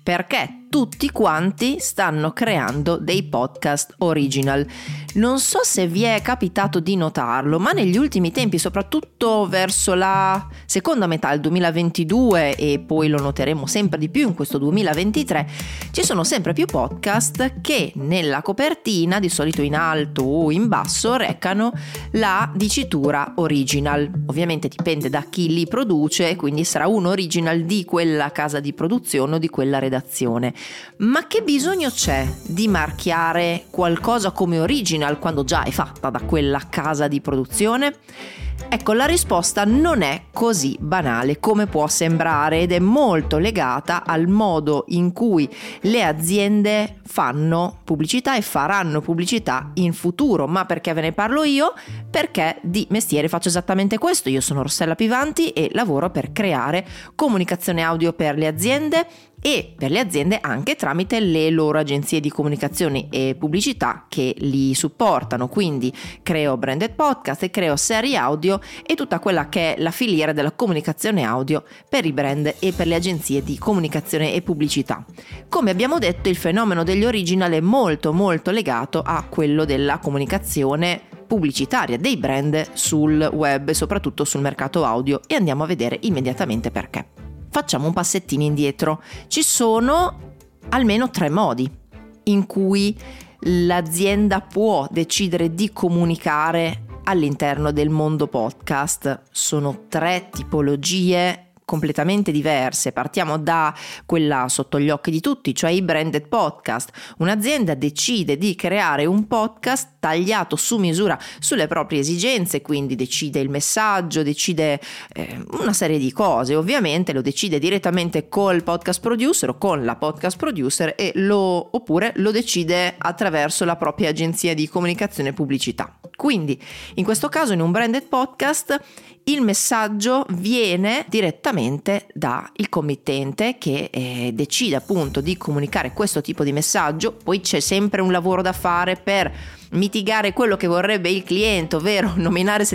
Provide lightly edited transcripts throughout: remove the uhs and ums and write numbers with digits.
perché tutti quanti stanno creando dei podcast original. Non so se vi è capitato di notarlo, ma negli ultimi tempi, soprattutto verso la seconda metà del 2022 e poi lo noteremo sempre di più in questo 2023, ci sono sempre più podcast che nella copertina, di solito in alto o in basso, recano la dicitura original. Ovviamente dipende da chi li produce, quindi sarà un original di quella casa di produzione o di quella redazione. Ma che bisogno c'è di marchiare qualcosa come original quando già è fatta da quella casa di produzione? Ecco, la risposta non è così banale come può sembrare ed è molto legata al modo in cui le aziende fanno pubblicità e faranno pubblicità in futuro. Ma perché ve ne parlo io? Perché di mestiere faccio esattamente questo. Io sono Rossella Pivanti e lavoro per creare comunicazione audio per le aziende e per le aziende anche tramite le loro agenzie di comunicazione e pubblicità che li supportano. Quindi creo branded podcast e creo serie audio e tutta quella che è la filiera della comunicazione audio per i brand e per le agenzie di comunicazione e pubblicità. Come abbiamo detto, il fenomeno degli original è molto legato a quello della comunicazione pubblicitaria dei brand sul web e soprattutto sul mercato audio, e andiamo a vedere immediatamente perché. Facciamo un passettino indietro. Ci sono almeno 3 modi in cui l'azienda può decidere di comunicare all'interno del mondo podcast. Sono 3 tipologie completamente diverse. Partiamo da quella sotto gli occhi di tutti, cioè i branded podcast. Un'azienda decide di creare un podcast tagliato su misura sulle proprie esigenze, quindi decide il messaggio, decide una serie di cose. Ovviamente lo decide direttamente col podcast producer o con la podcast producer oppure lo decide attraverso la propria agenzia di comunicazione e pubblicità. Quindi in questo caso, in un branded podcast, il messaggio viene direttamente dal committente che decide appunto di comunicare questo tipo di messaggio. Poi c'è sempre un lavoro da fare per mitigare quello che vorrebbe il cliente, ovvero nominare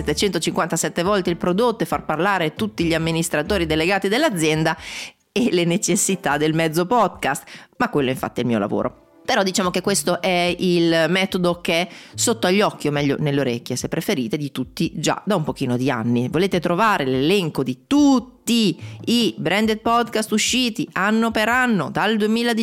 757 volte il prodotto e far parlare tutti gli amministratori delegati dell'azienda e le necessità del mezzo podcast, ma quello infatti è il mio lavoro. Però diciamo che questo è il metodo che è sotto agli occhi, o meglio nelle orecchie se preferite, di tutti già da un pochino di anni. Volete trovare l'elenco di tutti i branded podcast usciti anno per anno dal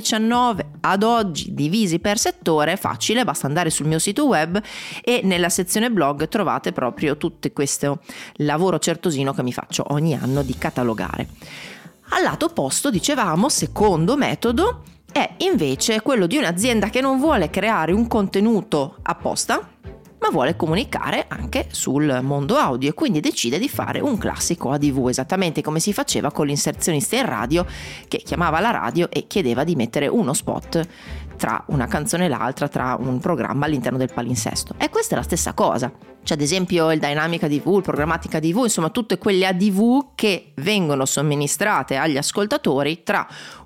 2019 ad oggi, divisi per settore? Facile, basta andare sul mio sito web e nella sezione blog trovate proprio tutto questo lavoro certosino che mi faccio ogni anno di catalogare. Al lato opposto, dicevamo, secondo metodo è invece quello di un'azienda che non vuole creare un contenuto apposta, ma vuole comunicare anche sul mondo audio e quindi decide di fare un classico ADV, esattamente come si faceva con l'inserzionista in radio che chiamava la radio e chiedeva di mettere uno spot tra una canzone e l'altra, tra un programma all'interno del palinsesto. E questa è la stessa cosa. C'è ad esempio il Dynamic ADV, il Programmatic ADV, insomma tutte quelle ADV che vengono somministrate agli ascoltatori tra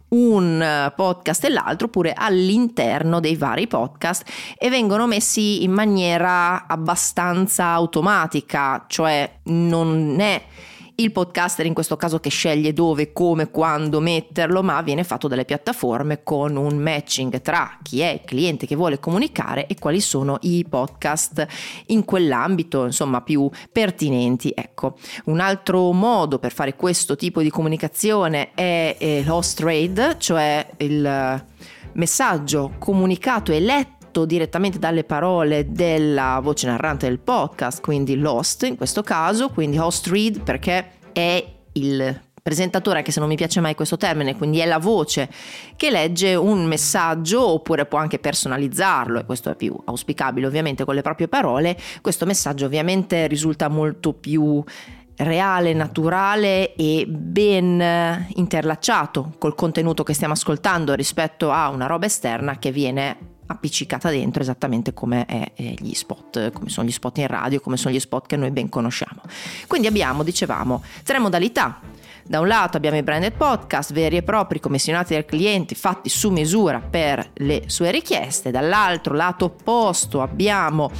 un podcast e l'altro, oppure all'interno dei vari podcast, e vengono messi in maniera abbastanza automatica, cioè non è il podcaster in questo caso che sceglie dove, come, quando metterlo, ma viene fatto dalle piattaforme con un matching tra chi è il cliente che vuole comunicare e quali sono i podcast in quell'ambito, insomma, più pertinenti. Ecco, un altro modo per fare questo tipo di comunicazione è l'host trade, cioè il messaggio comunicato e letto direttamente dalle parole della voce narrante del podcast, quindi l'host in questo caso, quindi host read perché è il presentatore, anche se non mi piace mai questo termine, quindi è la voce che legge un messaggio, oppure può anche personalizzarlo, e questo è più auspicabile ovviamente con le proprie parole. Questo messaggio ovviamente risulta molto più reale, naturale e ben interlacciato col contenuto che stiamo ascoltando rispetto a una roba esterna che viene appiccicata dentro, esattamente come è gli spot, come sono gli spot in radio, come sono gli spot che noi ben conosciamo. Quindi abbiamo, dicevamo, 3 modalità Da un lato abbiamo i branded podcast veri e propri, commissionati dal cliente, fatti su misura per le sue richieste. Dall'altro lato opposto abbiamo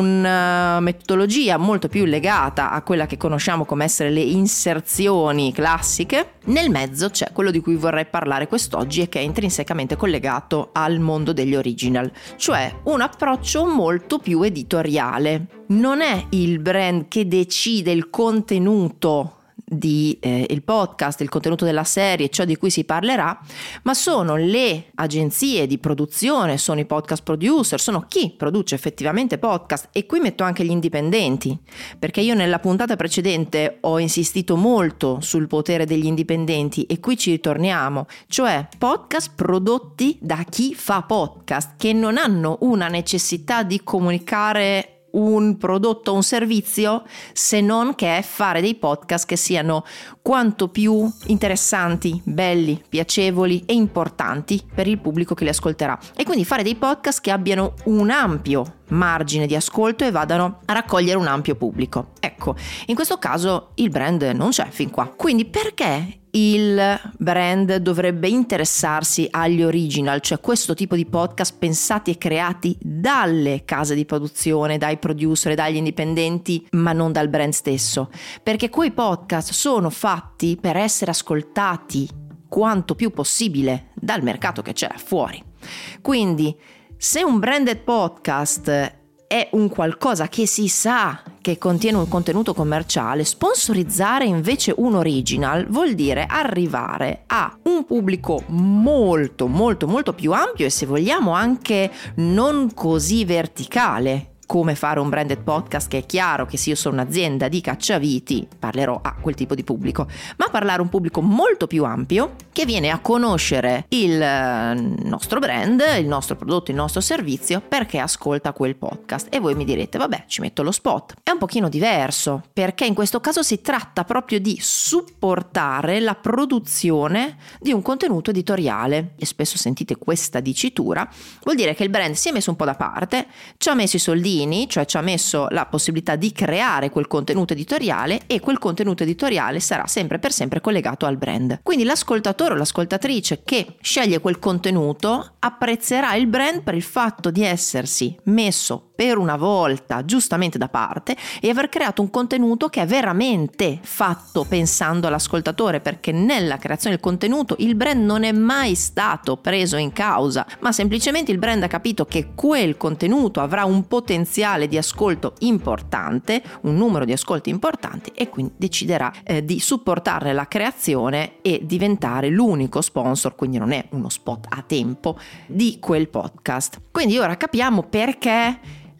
una metodologia molto più legata a quella che conosciamo come essere le inserzioni classiche. Nel mezzo c'è quello di cui vorrei parlare quest'oggi e che è intrinsecamente collegato al mondo degli original, cioè un approccio molto più editoriale. Non è il brand che decide il contenuto di il podcast, il contenuto della serie, ciò di cui si parlerà, ma sono le agenzie di produzione, sono i podcast producer, sono chi produce effettivamente podcast. E qui metto anche gli indipendenti, perché io nella puntata precedente ho insistito molto sul potere degli indipendenti e qui ci ritorniamo, cioè podcast prodotti da chi fa podcast, che non hanno una necessità di comunicare un prodotto o un servizio, se non che è fare dei podcast che siano quanto più interessanti, belli, piacevoli e importanti per il pubblico che li ascolterà, e quindi fare dei podcast che abbiano un ampio margine di ascolto e vadano a raccogliere un ampio pubblico. Ecco, in questo caso il brand non c'è fin qua. Quindi perché il brand dovrebbe interessarsi agli original, cioè questo tipo di podcast pensati e creati dalle case di produzione, dai producer e dagli indipendenti, ma non dal brand stesso? Perché quei podcast sono fatti per essere ascoltati quanto più possibile dal mercato che c'è fuori. Quindi se un branded podcast è un qualcosa che si sa che contiene un contenuto commerciale, sponsorizzare invece un original vuol dire arrivare a un pubblico molto molto molto più ampio e, se vogliamo, anche non così verticale come fare un branded podcast, che è chiaro che se io sono un'azienda di cacciaviti parlerò a quel tipo di pubblico, ma parlare a un pubblico molto più ampio che viene a conoscere il nostro brand, il nostro prodotto, il nostro servizio perché ascolta quel podcast. E voi mi direte, vabbè, ci metto lo spot. È un pochino diverso, perché in questo caso si tratta proprio di supportare la produzione di un contenuto editoriale, e spesso sentite questa dicitura. Vuol dire che il brand si è messo un po' da parte, ci ha messo i soldini, cioè ci ha messo la possibilità di creare quel contenuto editoriale, e quel contenuto editoriale sarà sempre per sempre collegato al brand. Quindi l'ascoltatore o l'ascoltatrice che sceglie quel contenuto apprezzerà il brand per il fatto di essersi messo per una volta giustamente da parte e aver creato un contenuto che è veramente fatto pensando all'ascoltatore, perché nella creazione del contenuto il brand non è mai stato preso in causa, ma semplicemente il brand ha capito che quel contenuto avrà un potenziale di ascolto importante, un numero di ascolti importanti, e quindi deciderà di supportarne la creazione e diventare l'unico sponsor, quindi non è uno spot a tempo, di quel podcast. Quindi ora capiamo perché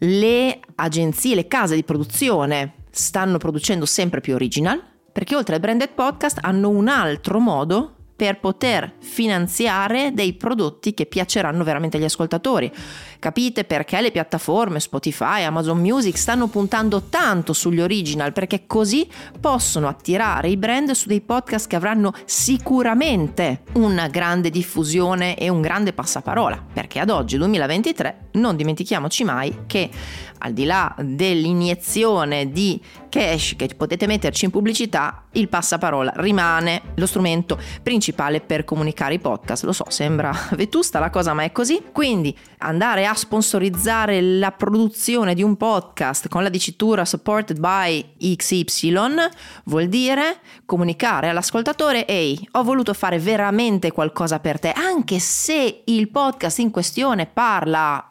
le agenzie, le case di produzione stanno producendo sempre più original, perché oltre al branded podcast hanno un altro modo per poter finanziare dei prodotti che piaceranno veramente agli ascoltatori. Capite perché le piattaforme Spotify, Amazon Music stanno puntando tanto sugli original? Perché così possono attirare i brand su dei podcast che avranno sicuramente una grande diffusione e un grande passaparola, perché ad oggi 2023 non dimentichiamoci mai che al di là dell'iniezione di cash che potete metterci in pubblicità, il passaparola rimane lo strumento principale per comunicare i podcast. Lo so, sembra vetusta la cosa, ma è così. Quindi andare a sponsorizzare la produzione di un podcast con la dicitura supported by XY vuol dire comunicare all'ascoltatore: ehi, ho voluto fare veramente qualcosa per te, anche se il podcast in questione parla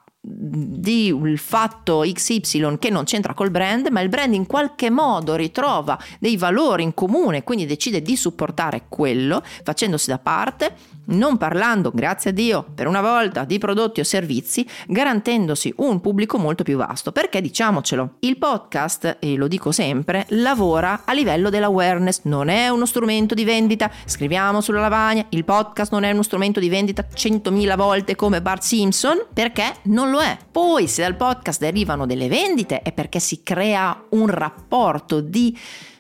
di il fatto XY che non c'entra col brand, ma il brand in qualche modo ritrova dei valori in comune, quindi decide di supportare quello, facendosi da parte, non parlando, grazie a Dio, per una volta di prodotti o servizi, garantendosi un pubblico molto più vasto. Perché diciamocelo, il podcast, e lo dico sempre, lavora a livello dell'awareness, non è uno strumento di vendita. Scriviamo sulla lavagna, il podcast non è uno strumento di vendita 100.000 volte come Bart Simpson, perché non lo è. Poi se dal podcast derivano delle vendite è perché si crea un rapporto di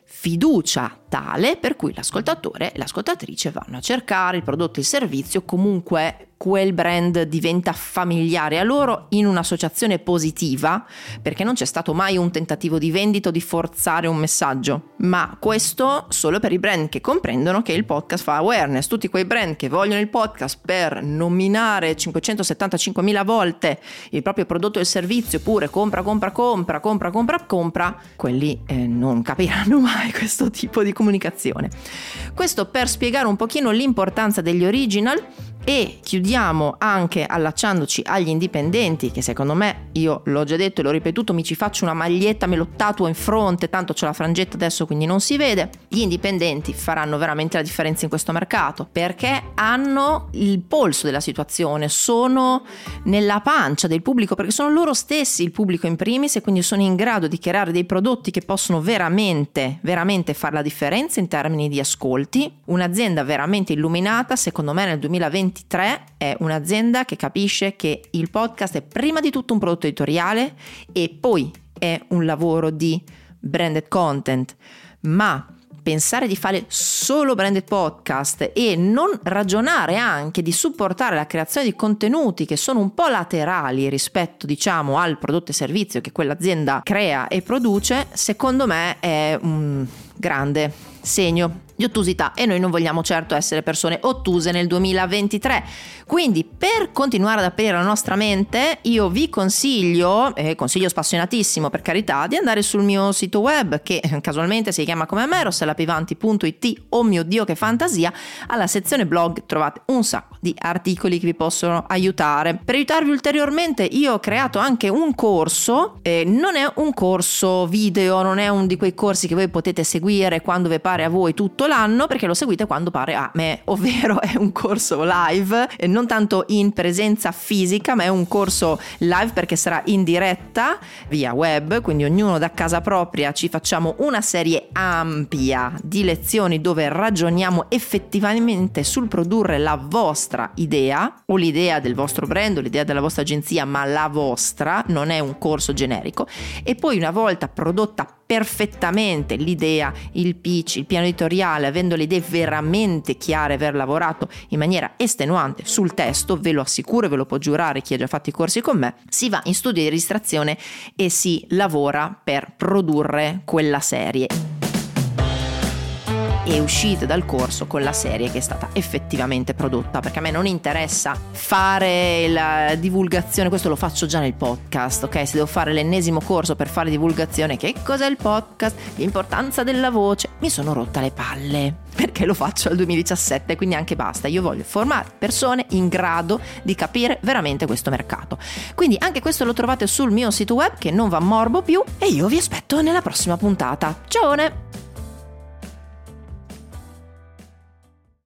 fiducia tale per cui l'ascoltatore e l'ascoltatrice vanno a cercare il prodotto e il servizio comunque quel brand diventa familiare a loro in un'associazione positiva, perché non c'è stato mai un tentativo di vendita o di forzare un messaggio, ma questo solo per i brand che comprendono che il podcast fa awareness. Tutti quei brand che vogliono il podcast per nominare 575.000 volte il proprio prodotto e servizio, pure compra, quelli non capiranno mai questo tipo di comunicazione. Questo per spiegare un pochino l'importanza degli original. E chiudiamo anche allacciandoci agli indipendenti, che secondo me, io l'ho già detto e l'ho ripetuto, mi ci faccio una maglietta, me lo tatuo in fronte, tanto c'ho la frangetta adesso quindi non si vede. Gli indipendenti faranno veramente la differenza in questo mercato, perché hanno il polso della situazione, sono nella pancia del pubblico, perché sono loro stessi il pubblico in primis, e quindi sono in grado di creare dei prodotti che possono veramente fare la differenza in termini di ascolti. Un'azienda veramente illuminata, secondo me nel 2023 è un'azienda che capisce che il podcast è prima di tutto un prodotto editoriale e poi è un lavoro di branded content, ma pensare di fare solo branded podcast e non ragionare anche di supportare la creazione di contenuti che sono un po' laterali rispetto, diciamo, al prodotto e servizio che quell'azienda crea e produce, secondo me è un grande segno di ottusità, e noi non vogliamo certo essere persone ottuse nel 2023. Quindi, per continuare ad aprire la nostra mente, io vi consiglio spassionatissimo per carità, di andare sul mio sito web, che casualmente si chiama come me, rosselapivanti.it. Oh mio Dio, che fantasia! Alla sezione blog trovate un sacco di articoli che vi possono aiutare. Per aiutarvi ulteriormente, io ho creato anche un corso, non è un corso video, non è un di quei corsi che voi potete seguire quando vi pare a voi tutto l'anno, perché lo seguite quando pare a me, ovvero è un corso live, non tanto in presenza fisica, ma è un corso live perché sarà in diretta via web, quindi ognuno da casa propria ci facciamo una serie ampia di lezioni dove ragioniamo effettivamente sul produrre la vostra idea, o l'idea del vostro brand o l'idea della vostra agenzia, ma la vostra, non è un corso generico. E poi, una volta prodotta perfettamente l'idea, il pitch, il piano editoriale, avendo le idee veramente chiare, aver lavorato in maniera estenuante sul testo, ve lo assicuro e ve lo può giurare chi ha già fatto i corsi con me, si va in studio di registrazione e si lavora per produrre quella serie. E uscite dal corso con la serie che è stata effettivamente prodotta, perché a me non interessa fare la divulgazione, questo lo faccio già nel podcast, ok? Se devo fare l'ennesimo corso per fare divulgazione, che cos'è il podcast, l'importanza della voce, mi sono rotta le palle, perché lo faccio al 2017, quindi anche basta. Io voglio formare persone in grado di capire veramente questo mercato. Quindi anche questo lo trovate sul mio sito web, che non va a morbo più, e io vi aspetto nella prossima puntata. Ciao!